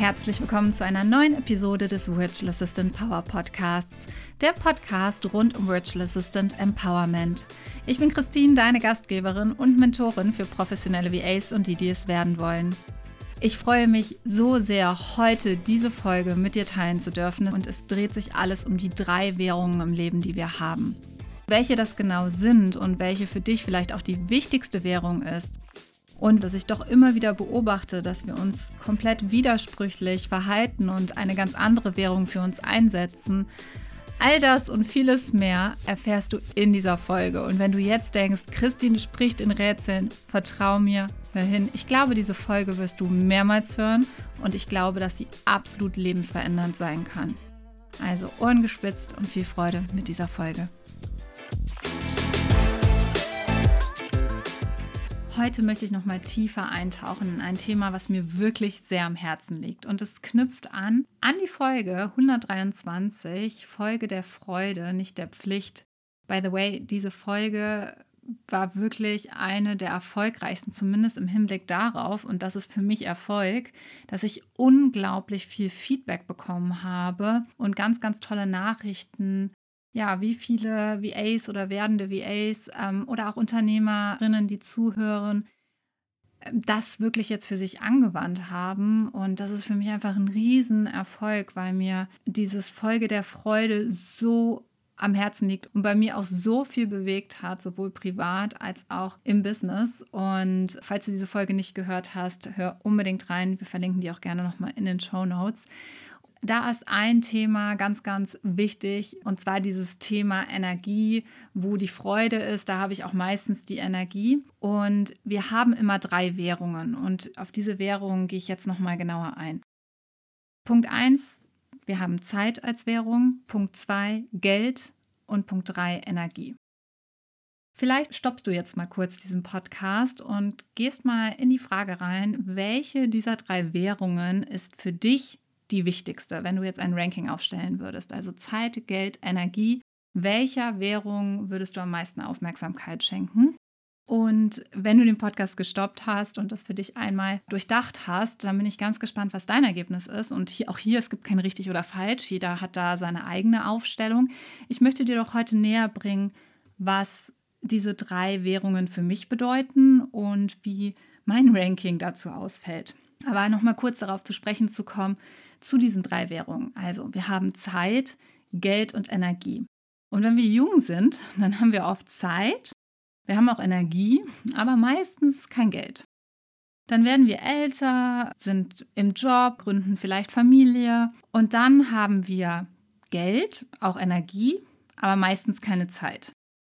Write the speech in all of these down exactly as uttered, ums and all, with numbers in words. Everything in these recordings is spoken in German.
Herzlich willkommen zu einer neuen Episode des Virtual Assistant Power Podcasts, der Podcast rund um Virtual Assistant Empowerment. Ich bin Christine, deine Gastgeberin und Mentorin für professionelle V As und die, die es werden wollen. Ich freue mich so sehr, heute diese Folge mit dir teilen zu dürfen und es dreht sich alles um die drei Währungen im Leben, die wir haben. Welche das genau sind und welche für dich vielleicht auch die wichtigste Währung ist. Und dass ich doch immer wieder beobachte, dass wir uns komplett widersprüchlich verhalten und eine ganz andere Währung für uns einsetzen. All das und vieles mehr erfährst du in dieser Folge. Und wenn du jetzt denkst, Christine spricht in Rätseln, vertrau mir, hör hin. Ich glaube, diese Folge wirst du mehrmals hören und ich glaube, dass sie absolut lebensverändernd sein kann. Also Ohren gespitzt und viel Freude mit dieser Folge. Heute möchte ich noch mal tiefer eintauchen in ein Thema, was mir wirklich sehr am Herzen liegt. Und es knüpft an an die Folge hundertdreiundzwanzig, Folge der Freude, nicht der Pflicht. By the way, diese Folge war wirklich eine der erfolgreichsten, zumindest im Hinblick darauf, und das ist für mich Erfolg, dass ich unglaublich viel Feedback bekommen habe und ganz, ganz tolle Nachrichten. Ja, wie viele V As oder werdende V As ähm, oder auch Unternehmerinnen, die zuhören, das wirklich jetzt für sich angewandt haben. Und das ist für mich einfach ein Riesenerfolg, weil mir dieses Folge der Freude so am Herzen liegt und bei mir auch so viel bewegt hat, sowohl privat als auch im Business. Und falls du diese Folge nicht gehört hast, hör unbedingt rein. Wir verlinken die auch gerne nochmal in den Shownotes. Da ist ein Thema ganz, ganz wichtig, und zwar dieses Thema Energie, wo die Freude ist. Da habe ich auch meistens die Energie. Und wir haben immer drei Währungen und auf diese Währungen gehe ich jetzt nochmal genauer ein. Punkt eins, wir haben Zeit als Währung. Punkt zwei, Geld. Und Punkt drei, Energie. Vielleicht stoppst du jetzt mal kurz diesen Podcast und gehst mal in die Frage rein, welche dieser drei Währungen ist für dich die wichtigste, wenn du jetzt ein Ranking aufstellen würdest? Also Zeit, Geld, Energie. Welcher Währung würdest du am meisten Aufmerksamkeit schenken? Und wenn du den Podcast gestoppt hast und das für dich einmal durchdacht hast, dann bin ich ganz gespannt, was dein Ergebnis ist. Und hier, auch hier, es gibt kein richtig oder falsch. Jeder hat da seine eigene Aufstellung. Ich möchte dir doch heute näher bringen, was diese drei Währungen für mich bedeuten und wie mein Ranking dazu ausfällt. Aber nochmal kurz darauf zu sprechen zu kommen, zu diesen drei Währungen. Also wir haben Zeit, Geld und Energie. Und wenn wir jung sind, dann haben wir oft Zeit, wir haben auch Energie, aber meistens kein Geld. Dann werden wir älter, sind im Job, gründen vielleicht Familie und dann haben wir Geld, auch Energie, aber meistens keine Zeit.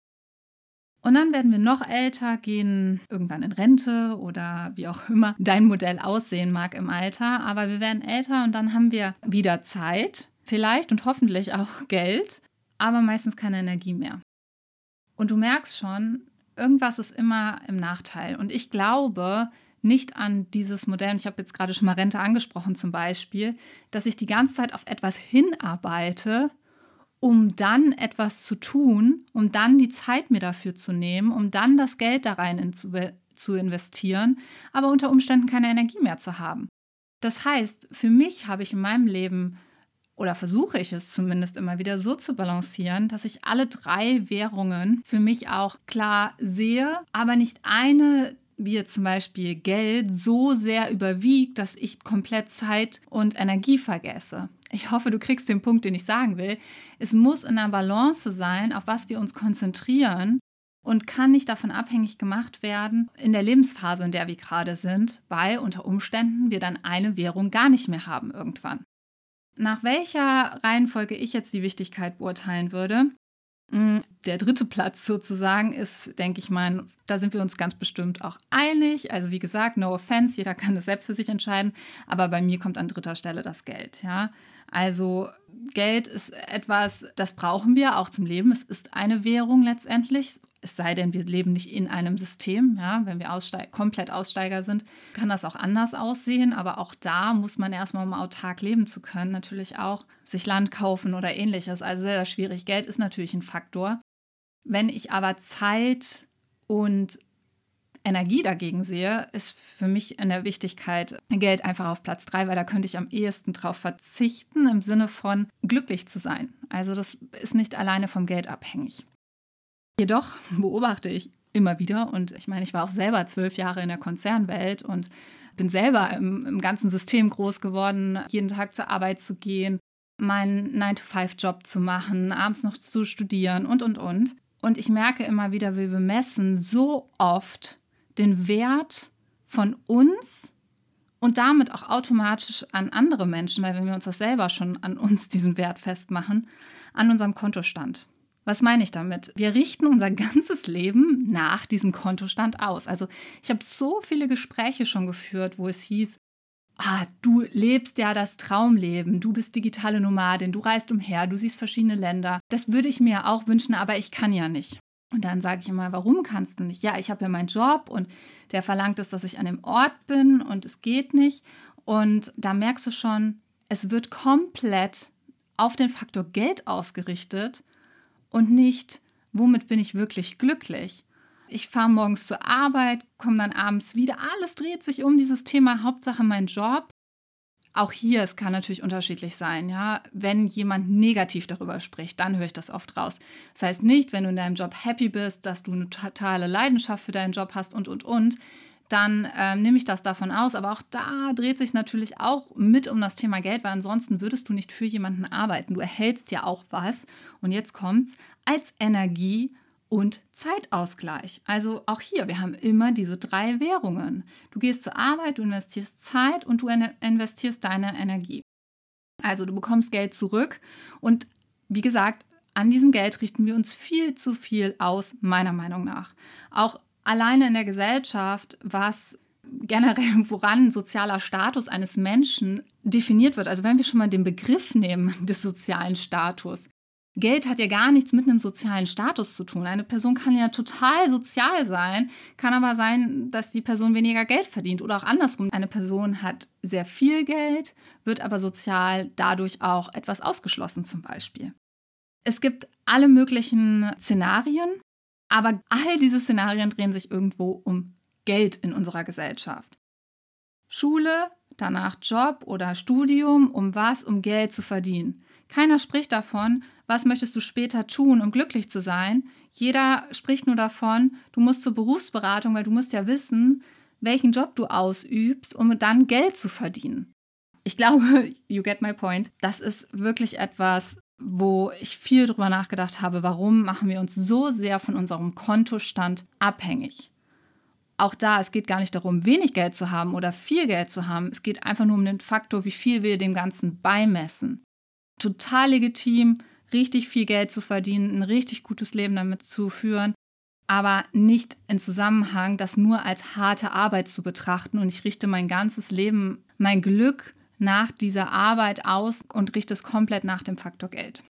Und dann werden wir noch älter, gehen irgendwann in Rente oder wie auch immer dein Modell aussehen mag im Alter. Aber wir werden älter und dann haben wir wieder Zeit, vielleicht und hoffentlich auch Geld, aber meistens keine Energie mehr. Und du merkst schon, irgendwas ist immer im Nachteil. Und ich glaube nicht an dieses Modell, und ich habe jetzt gerade schon mal Rente angesprochen zum Beispiel, dass ich die ganze Zeit auf etwas hinarbeite, um dann etwas zu tun, um dann die Zeit mir dafür zu nehmen, um dann das Geld da rein in zu, zu investieren, aber unter Umständen keine Energie mehr zu haben. Das heißt, für mich habe ich in meinem Leben, oder versuche ich es zumindest immer wieder so zu balancieren, dass ich alle drei Währungen für mich auch klar sehe, aber nicht eine, wie jetzt zum Beispiel Geld, so sehr überwiegt, dass ich komplett Zeit und Energie vergesse. Ich hoffe, du kriegst den Punkt, den ich sagen will. Es muss in einer Balance sein, auf was wir uns konzentrieren und kann nicht davon abhängig gemacht werden in der Lebensphase, in der wir gerade sind, weil unter Umständen wir dann eine Währung gar nicht mehr haben irgendwann. Nach welcher Reihenfolge ich jetzt die Wichtigkeit beurteilen würde? Der dritte Platz sozusagen ist, denke ich mal, da sind wir uns ganz bestimmt auch einig. Also wie gesagt, no offense, jeder kann das selbst für sich entscheiden, aber bei mir kommt an dritter Stelle das Geld. Ja? Also Geld ist etwas, das brauchen wir auch zum Leben. Es ist eine Währung letztendlich, es sei denn, wir leben nicht in einem System. Ja? Wenn wir aussteig- komplett Aussteiger sind, kann das auch anders aussehen, aber auch da muss man erstmal, um autark leben zu können, natürlich auch sich Land kaufen oder ähnliches. Also sehr, sehr schwierig. Geld ist natürlich ein Faktor. Wenn ich aber Zeit und Energie dagegen sehe, ist für mich in der Wichtigkeit Geld einfach auf Platz drei, weil da könnte ich am ehesten drauf verzichten, im Sinne von glücklich zu sein. Also das ist nicht alleine vom Geld abhängig. Jedoch beobachte ich immer wieder, und ich meine, ich war auch selber zwölf Jahre in der Konzernwelt und bin selber im, im ganzen System groß geworden, jeden Tag zur Arbeit zu gehen, meinen nine to five Job zu machen, abends noch zu studieren und, und, und. Und ich merke immer wieder, wir bemessen so oft den Wert von uns und damit auch automatisch an andere Menschen, weil wenn wir uns das selber schon an uns diesen Wert festmachen, an unserem Kontostand. Was meine ich damit? Wir richten unser ganzes Leben nach diesem Kontostand aus. Also ich habe so viele Gespräche schon geführt, wo es hieß, ah, du lebst ja das Traumleben, du bist digitale Nomadin, du reist umher, du siehst verschiedene Länder. Das würde ich mir auch wünschen, aber ich kann ja nicht. Und dann sage ich immer, warum kannst du nicht? Ja, ich habe ja meinen Job und der verlangt es, dass ich an dem Ort bin und es geht nicht. Und da merkst du schon, es wird komplett auf den Faktor Geld ausgerichtet und nicht, womit bin ich wirklich glücklich. Ich fahre morgens zur Arbeit, komme dann abends wieder. Alles dreht sich um dieses Thema, Hauptsache mein Job. Auch hier, es kann natürlich unterschiedlich sein. Ja? Wenn jemand negativ darüber spricht, dann höre ich das oft raus. Das heißt nicht, wenn du in deinem Job happy bist, dass du eine totale Leidenschaft für deinen Job hast und, und, und, dann ähm, nehme ich das davon aus. Aber auch da dreht sich natürlich auch mit um das Thema Geld, weil ansonsten würdest du nicht für jemanden arbeiten. Du erhältst ja auch was, und jetzt kommt's, als Energie und Zeitausgleich. Also auch hier, wir haben immer diese drei Währungen. Du gehst zur Arbeit, du investierst Zeit und du investierst deine Energie. Also du bekommst Geld zurück und wie gesagt, an diesem Geld richten wir uns viel zu viel aus, meiner Meinung nach. Auch alleine in der Gesellschaft, was generell, woran sozialer Status eines Menschen definiert wird. Also wenn wir schon mal den Begriff nehmen des sozialen Status. Geld hat ja gar nichts mit einem sozialen Status zu tun. Eine Person kann ja total sozial sein, kann aber sein, dass die Person weniger Geld verdient oder auch andersrum. Eine Person hat sehr viel Geld, wird aber sozial dadurch auch etwas ausgeschlossen zum Beispiel. Es gibt alle möglichen Szenarien, aber all diese Szenarien drehen sich irgendwo um Geld in unserer Gesellschaft. Schule, danach Job oder Studium, um was? Um Geld zu verdienen. Keiner spricht davon, was möchtest du später tun, um glücklich zu sein. Jeder spricht nur davon, du musst zur Berufsberatung, weil du musst ja wissen, welchen Job du ausübst, um dann Geld zu verdienen. Ich glaube, you get my point. Das ist wirklich etwas, wo ich viel drüber nachgedacht habe, warum machen wir uns so sehr von unserem Kontostand abhängig. Auch da, es geht gar nicht darum, wenig Geld zu haben oder viel Geld zu haben. Es geht einfach nur um den Faktor, wie viel wir dem Ganzen beimessen. Total legitim, richtig viel Geld zu verdienen, ein richtig gutes Leben damit zu führen, aber nicht in Zusammenhang, das nur als harte Arbeit zu betrachten. Und ich richte mein ganzes Leben, mein Glück nach dieser Arbeit aus und richte es komplett nach dem Faktor Geld.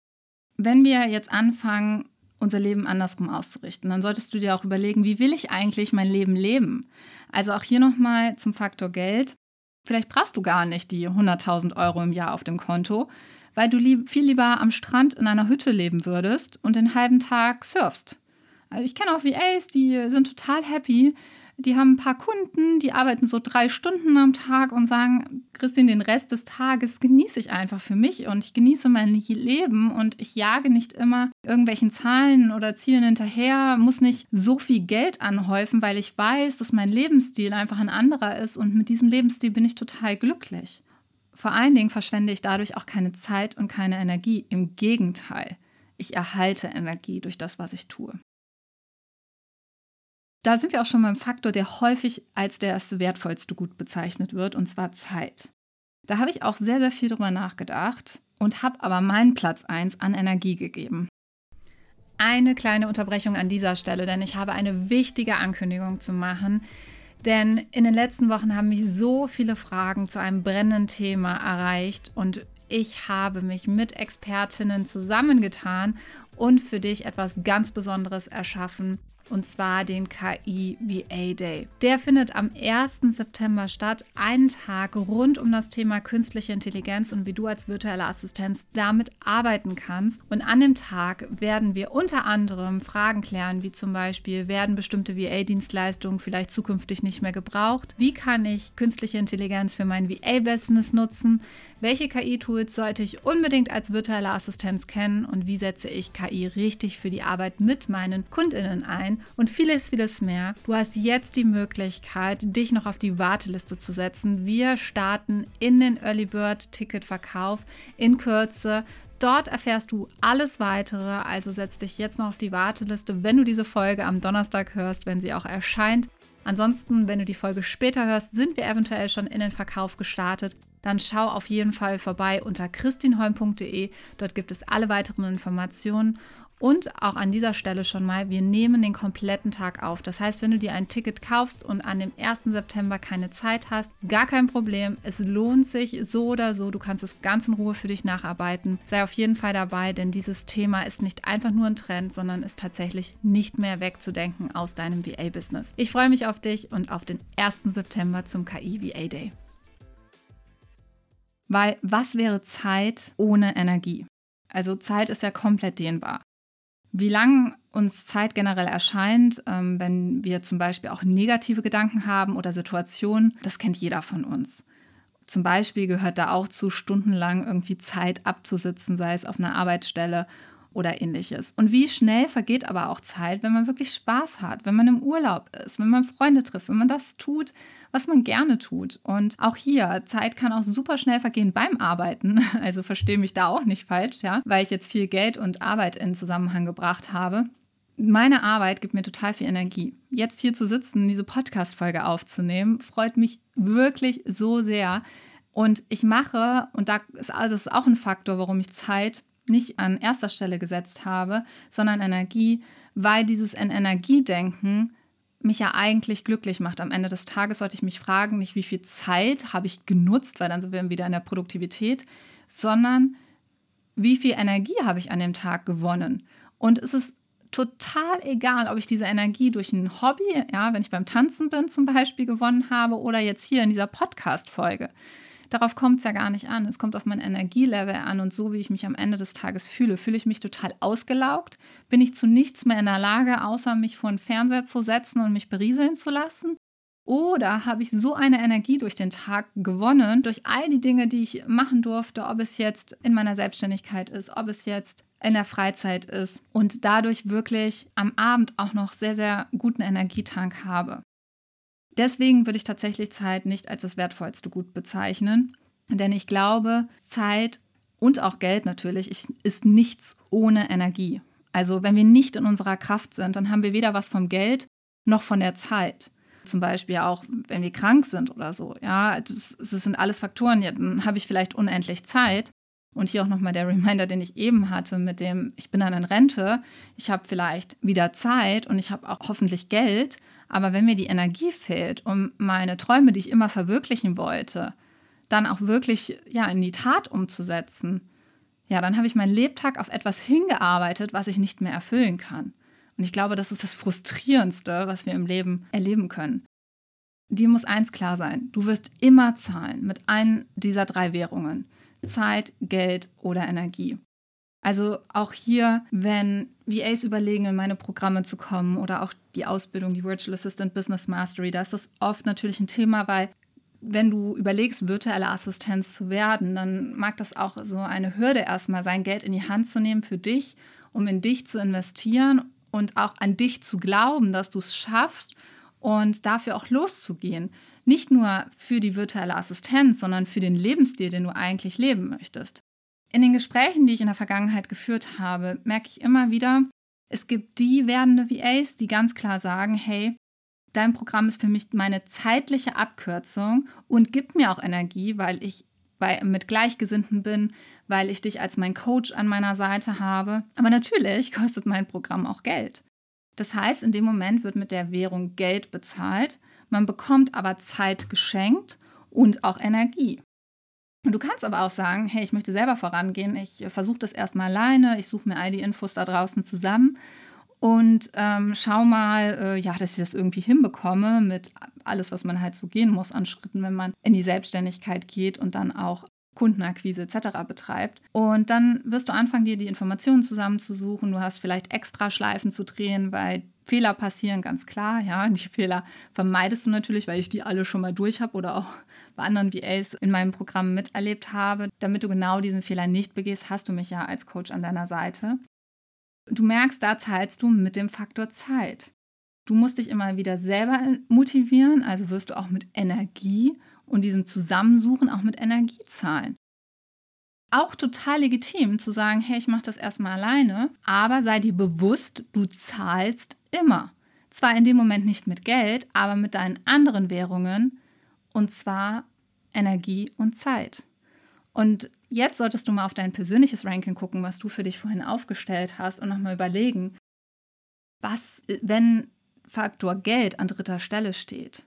Wenn wir jetzt anfangen, unser Leben andersrum auszurichten, dann solltest du dir auch überlegen, wie will ich eigentlich mein Leben leben? Also auch hier nochmal zum Faktor Geld. Vielleicht brauchst du gar nicht die hunderttausend Euro im Jahr auf dem Konto, weil du lieb, viel lieber am Strand in einer Hütte leben würdest und den halben Tag surfst. Also ich kenne auch V As, die sind total happy. Die haben ein paar Kunden, die arbeiten so drei Stunden am Tag und sagen, Christine, den Rest des Tages genieße ich einfach für mich und ich genieße mein Leben und ich jage nicht immer irgendwelchen Zahlen oder Zielen hinterher, muss nicht so viel Geld anhäufen, weil ich weiß, dass mein Lebensstil einfach ein anderer ist und mit diesem Lebensstil bin ich total glücklich. Vor allen Dingen verschwende ich dadurch auch keine Zeit und keine Energie. Im Gegenteil, ich erhalte Energie durch das, was ich tue. Da sind wir auch schon beim Faktor, der häufig als das wertvollste Gut bezeichnet wird, und zwar Zeit. Da habe ich auch sehr, sehr viel drüber nachgedacht und habe aber meinen Platz eins an Energie gegeben. Eine kleine Unterbrechung an dieser Stelle, denn ich habe eine wichtige Ankündigung zu machen. Denn in den letzten Wochen haben mich so viele Fragen zu einem brennenden Thema erreicht und ich habe mich mit Expertinnen zusammengetan, und für dich etwas ganz Besonderes erschaffen, und zwar den K I-V A Day. Der findet am ersten September statt, einen Tag rund um das Thema künstliche Intelligenz und wie du als virtuelle Assistenz damit arbeiten kannst. Und an dem Tag werden wir unter anderem Fragen klären, wie zum Beispiel, werden bestimmte V A-Dienstleistungen vielleicht zukünftig nicht mehr gebraucht? Wie kann ich künstliche Intelligenz für mein V A-Business nutzen? Welche K I-Tools sollte ich unbedingt als virtuelle Assistenz kennen und wie setze ich K I richtig für die Arbeit mit meinen KundInnen ein und vieles, vieles mehr. Du hast jetzt die Möglichkeit, dich noch auf die Warteliste zu setzen. Wir starten in den Early Bird Ticketverkauf in Kürze. Dort erfährst du alles Weitere, also setz dich jetzt noch auf die Warteliste, wenn du diese Folge am Donnerstag hörst, wenn sie auch erscheint. Ansonsten, wenn du die Folge später hörst, sind wir eventuell schon in den Verkauf gestartet. Dann schau auf jeden Fall vorbei unter christinholm punkt de. Dort gibt es alle weiteren Informationen. Und auch an dieser Stelle schon mal, wir nehmen den kompletten Tag auf. Das heißt, wenn du dir ein Ticket kaufst und an dem ersten September keine Zeit hast, gar kein Problem. Es lohnt sich so oder so. Du kannst es ganz in Ruhe für dich nacharbeiten. Sei auf jeden Fall dabei, denn dieses Thema ist nicht einfach nur ein Trend, sondern ist tatsächlich nicht mehr wegzudenken aus deinem V A-Business. Ich freue mich auf dich und auf den ersten September zum K I-V A Day. Weil was wäre Zeit ohne Energie? Also Zeit ist ja komplett dehnbar. Wie lang uns Zeit generell erscheint, ähm, wenn wir zum Beispiel auch negative Gedanken haben oder Situationen, das kennt jeder von uns. Zum Beispiel gehört da auch zu, stundenlang irgendwie Zeit abzusitzen, sei es auf einer Arbeitsstelle oder ähnliches. Und wie schnell vergeht aber auch Zeit, wenn man wirklich Spaß hat, wenn man im Urlaub ist, wenn man Freunde trifft, wenn man das tut, was man gerne tut. Und auch hier, Zeit kann auch super schnell vergehen beim Arbeiten. Also verstehe mich da auch nicht falsch, ja, weil ich jetzt viel Geld und Arbeit in Zusammenhang gebracht habe. Meine Arbeit gibt mir total viel Energie. Jetzt hier zu sitzen, diese Podcast-Folge aufzunehmen, freut mich wirklich so sehr. Und ich mache, und da ist also das ist auch ein Faktor, warum ich Zeit nicht an erster Stelle gesetzt habe, sondern Energie, weil dieses Energiedenken mich ja eigentlich glücklich macht. Am Ende des Tages sollte ich mich fragen, nicht wie viel Zeit habe ich genutzt, weil dann sind wir wieder in der Produktivität, sondern wie viel Energie habe ich an dem Tag gewonnen. Und es ist total egal, ob ich diese Energie durch ein Hobby, ja, wenn ich beim Tanzen bin zum Beispiel, gewonnen habe oder jetzt hier in dieser Podcast-Folge. Darauf kommt es ja gar nicht an. Es kommt auf mein Energielevel an und so, wie ich mich am Ende des Tages fühle. Fühle ich mich total ausgelaugt? Bin ich zu nichts mehr in der Lage, außer mich vor den Fernseher zu setzen und mich berieseln zu lassen? Oder habe ich so eine Energie durch den Tag gewonnen, durch all die Dinge, die ich machen durfte, ob es jetzt in meiner Selbstständigkeit ist, ob es jetzt in der Freizeit ist und dadurch wirklich am Abend auch noch sehr, sehr guten Energietank habe. Deswegen würde ich tatsächlich Zeit nicht als das wertvollste Gut bezeichnen, denn ich glaube, Zeit und auch Geld natürlich ist nichts ohne Energie. Also wenn wir nicht in unserer Kraft sind, dann haben wir weder was vom Geld noch von der Zeit. Zum Beispiel auch, wenn wir krank sind oder so. Ja, das, das sind alles Faktoren. Ja, dann habe ich vielleicht unendlich Zeit. Und hier auch nochmal der Reminder, den ich eben hatte mit dem, ich bin dann in Rente, ich habe vielleicht wieder Zeit und ich habe auch hoffentlich Geld, aber wenn mir die Energie fehlt, um meine Träume, die ich immer verwirklichen wollte, dann auch wirklich ja, in die Tat umzusetzen, ja, dann habe ich meinen Lebtag auf etwas hingearbeitet, was ich nicht mehr erfüllen kann. Und ich glaube, das ist das Frustrierendste, was wir im Leben erleben können. Dir muss eins klar sein, du wirst immer zahlen mit einer dieser drei Währungen. Zeit, Geld oder Energie. Also auch hier, wenn V As überlegen, in meine Programme zu kommen oder auch die Ausbildung, die Virtual Assistant Business Mastery, da ist das oft natürlich ein Thema, weil wenn du überlegst, virtuelle Assistenz zu werden, dann mag das auch so eine Hürde erstmal sein, Geld in die Hand zu nehmen für dich, um in dich zu investieren und auch an dich zu glauben, dass du es schaffst und dafür auch loszugehen. Nicht nur für die virtuelle Assistenz, sondern für den Lebensstil, den du eigentlich leben möchtest. In den Gesprächen, die ich in der Vergangenheit geführt habe, merke ich immer wieder, es gibt die werdende V As, die ganz klar sagen, hey, dein Programm ist für mich meine zeitliche Abkürzung und gibt mir auch Energie, weil ich bei, mit Gleichgesinnten bin, weil ich dich als mein Coach an meiner Seite habe. Aber natürlich kostet mein Programm auch Geld. Das heißt, in dem Moment wird mit der Währung Geld bezahlt, man bekommt aber Zeit geschenkt und auch Energie. Und du kannst aber auch sagen, hey, ich möchte selber vorangehen, ich versuche das erstmal alleine, ich suche mir all die Infos da draußen zusammen und ähm, schau mal, äh, ja, dass ich das irgendwie hinbekomme mit alles, was man halt so gehen muss an Schritten, wenn man in die Selbstständigkeit geht und dann auch Kundenakquise et cetera betreibt. Und dann wirst du anfangen, dir die Informationen zusammenzusuchen. Du hast vielleicht extra Schleifen zu drehen, weil Fehler passieren, ganz klar. Ja, die Fehler vermeidest du natürlich, weil ich die alle schon mal durch habe oder auch bei anderen V As in meinem Programm miterlebt habe. Damit du genau diesen Fehler nicht begehst, hast du mich ja als Coach an deiner Seite. Du merkst, da zahlst du mit dem Faktor Zeit. Du musst dich immer wieder selber motivieren, also wirst du auch mit Energie und diesem Zusammensuchen auch mit Energie zahlen. Auch total legitim zu sagen, hey, ich mache das erstmal alleine, aber sei dir bewusst, du zahlst immer. Zwar in dem Moment nicht mit Geld, aber mit deinen anderen Währungen, und zwar Energie und Zeit. Und jetzt solltest du mal auf dein persönliches Ranking gucken, was du für dich vorhin aufgestellt hast und nochmal überlegen, was, wenn Faktor Geld an dritter Stelle steht.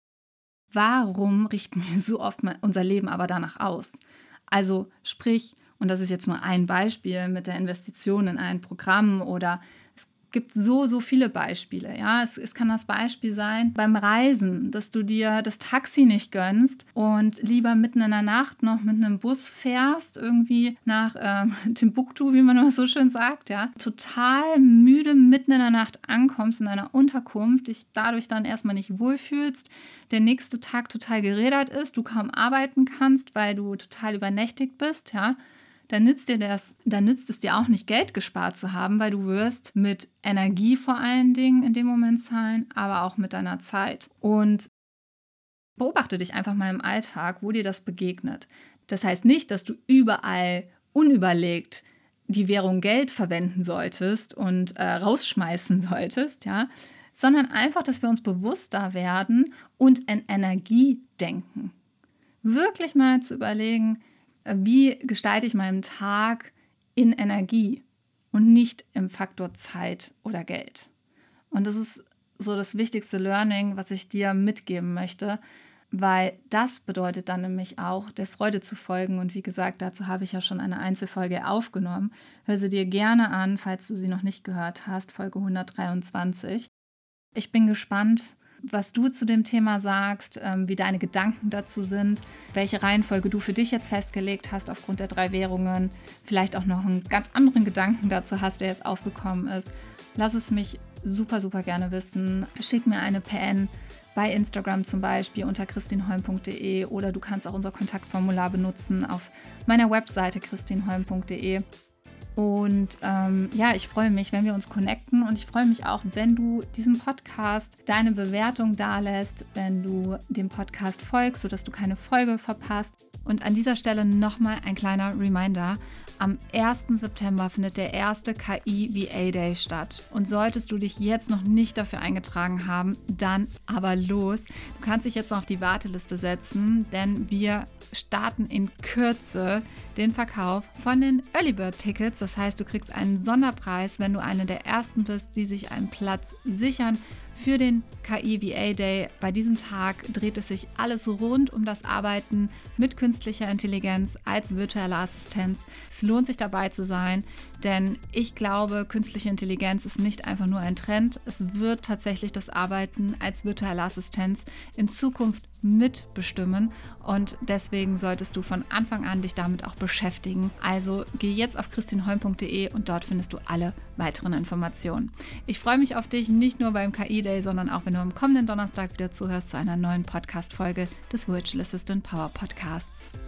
Warum richten wir so oft mal unser Leben aber danach aus? Also sprich, und das ist jetzt nur ein Beispiel mit der Investition in ein Programm oder es gibt so, so viele Beispiele. Ja? Es, es kann das Beispiel sein beim Reisen, dass du dir das Taxi nicht gönnst und lieber mitten in der Nacht noch mit einem Bus fährst, irgendwie nach ähm, Timbuktu, wie man immer so schön sagt. Ja? Total müde mitten in der Nacht ankommst in einer Unterkunft, dich dadurch dann erstmal nicht wohlfühlst, der nächste Tag total gerädert ist, du kaum arbeiten kannst, weil du total übernächtigt bist, ja, dann nützt dir das, dann nützt es dir auch nicht, Geld gespart zu haben, weil du wirst mit Energie vor allen Dingen in dem Moment zahlen, aber auch mit deiner Zeit. Und beobachte dich einfach mal im Alltag, wo dir das begegnet. Das heißt nicht, dass du überall unüberlegt die Währung Geld verwenden solltest und äh, rausschmeißen solltest, ja, sondern einfach, dass wir uns bewusster werden und in Energie denken. Wirklich mal zu überlegen, wie gestalte ich meinen Tag in Energie und nicht im Faktor Zeit oder Geld. Und das ist so das wichtigste Learning, was ich dir mitgeben möchte, weil das bedeutet dann nämlich auch, der Freude zu folgen. Und wie gesagt, dazu habe ich ja schon eine Einzelfolge aufgenommen. Hör sie dir gerne an, falls du sie noch nicht gehört hast, Folge hundertdreiundzwanzig. Ich bin gespannt, was du zu dem Thema sagst, wie deine Gedanken dazu sind, welche Reihenfolge du für dich jetzt festgelegt hast aufgrund der drei Währungen, vielleicht auch noch einen ganz anderen Gedanken dazu hast, der jetzt aufgekommen ist. Lass es mich super, super gerne wissen. Schick mir eine P N bei Instagram zum Beispiel unter christinholm punkt de oder du kannst auch unser Kontaktformular benutzen auf meiner Webseite christinholm punkt de. Und ähm, ja, ich freue mich, wenn wir uns connecten und ich freue mich auch, wenn du diesem Podcast deine Bewertung dalässt, wenn du dem Podcast folgst, sodass du keine Folge verpasst. Und an dieser Stelle nochmal ein kleiner Reminder. Am ersten September findet der erste K I V A Day statt. Und solltest du dich jetzt noch nicht dafür eingetragen haben, dann aber los. Du kannst dich jetzt noch auf die Warteliste setzen, denn wir starten in Kürze den Verkauf von den Early Bird Tickets. Das heißt, du kriegst einen Sonderpreis, wenn du eine der ersten bist, die sich einen Platz sichern für den K I V A Day. Bei diesem Tag dreht es sich alles rund um das Arbeiten mit künstlicher Intelligenz als virtuelle Assistenz. Es lohnt sich dabei zu sein, denn ich glaube, künstliche Intelligenz ist nicht einfach nur ein Trend. Es wird tatsächlich das Arbeiten als virtuelle Assistenz in Zukunft mitbestimmen und deswegen solltest du von Anfang an dich damit auch beschäftigen. Also geh jetzt auf christinholm punkt de und dort findest du alle weiteren Informationen. Ich freue mich auf dich, nicht nur beim K I Day, sondern auch wenn du am kommenden Donnerstag wieder zuhörst zu einer neuen Podcast-Folge des Virtual Assistant Power Podcasts.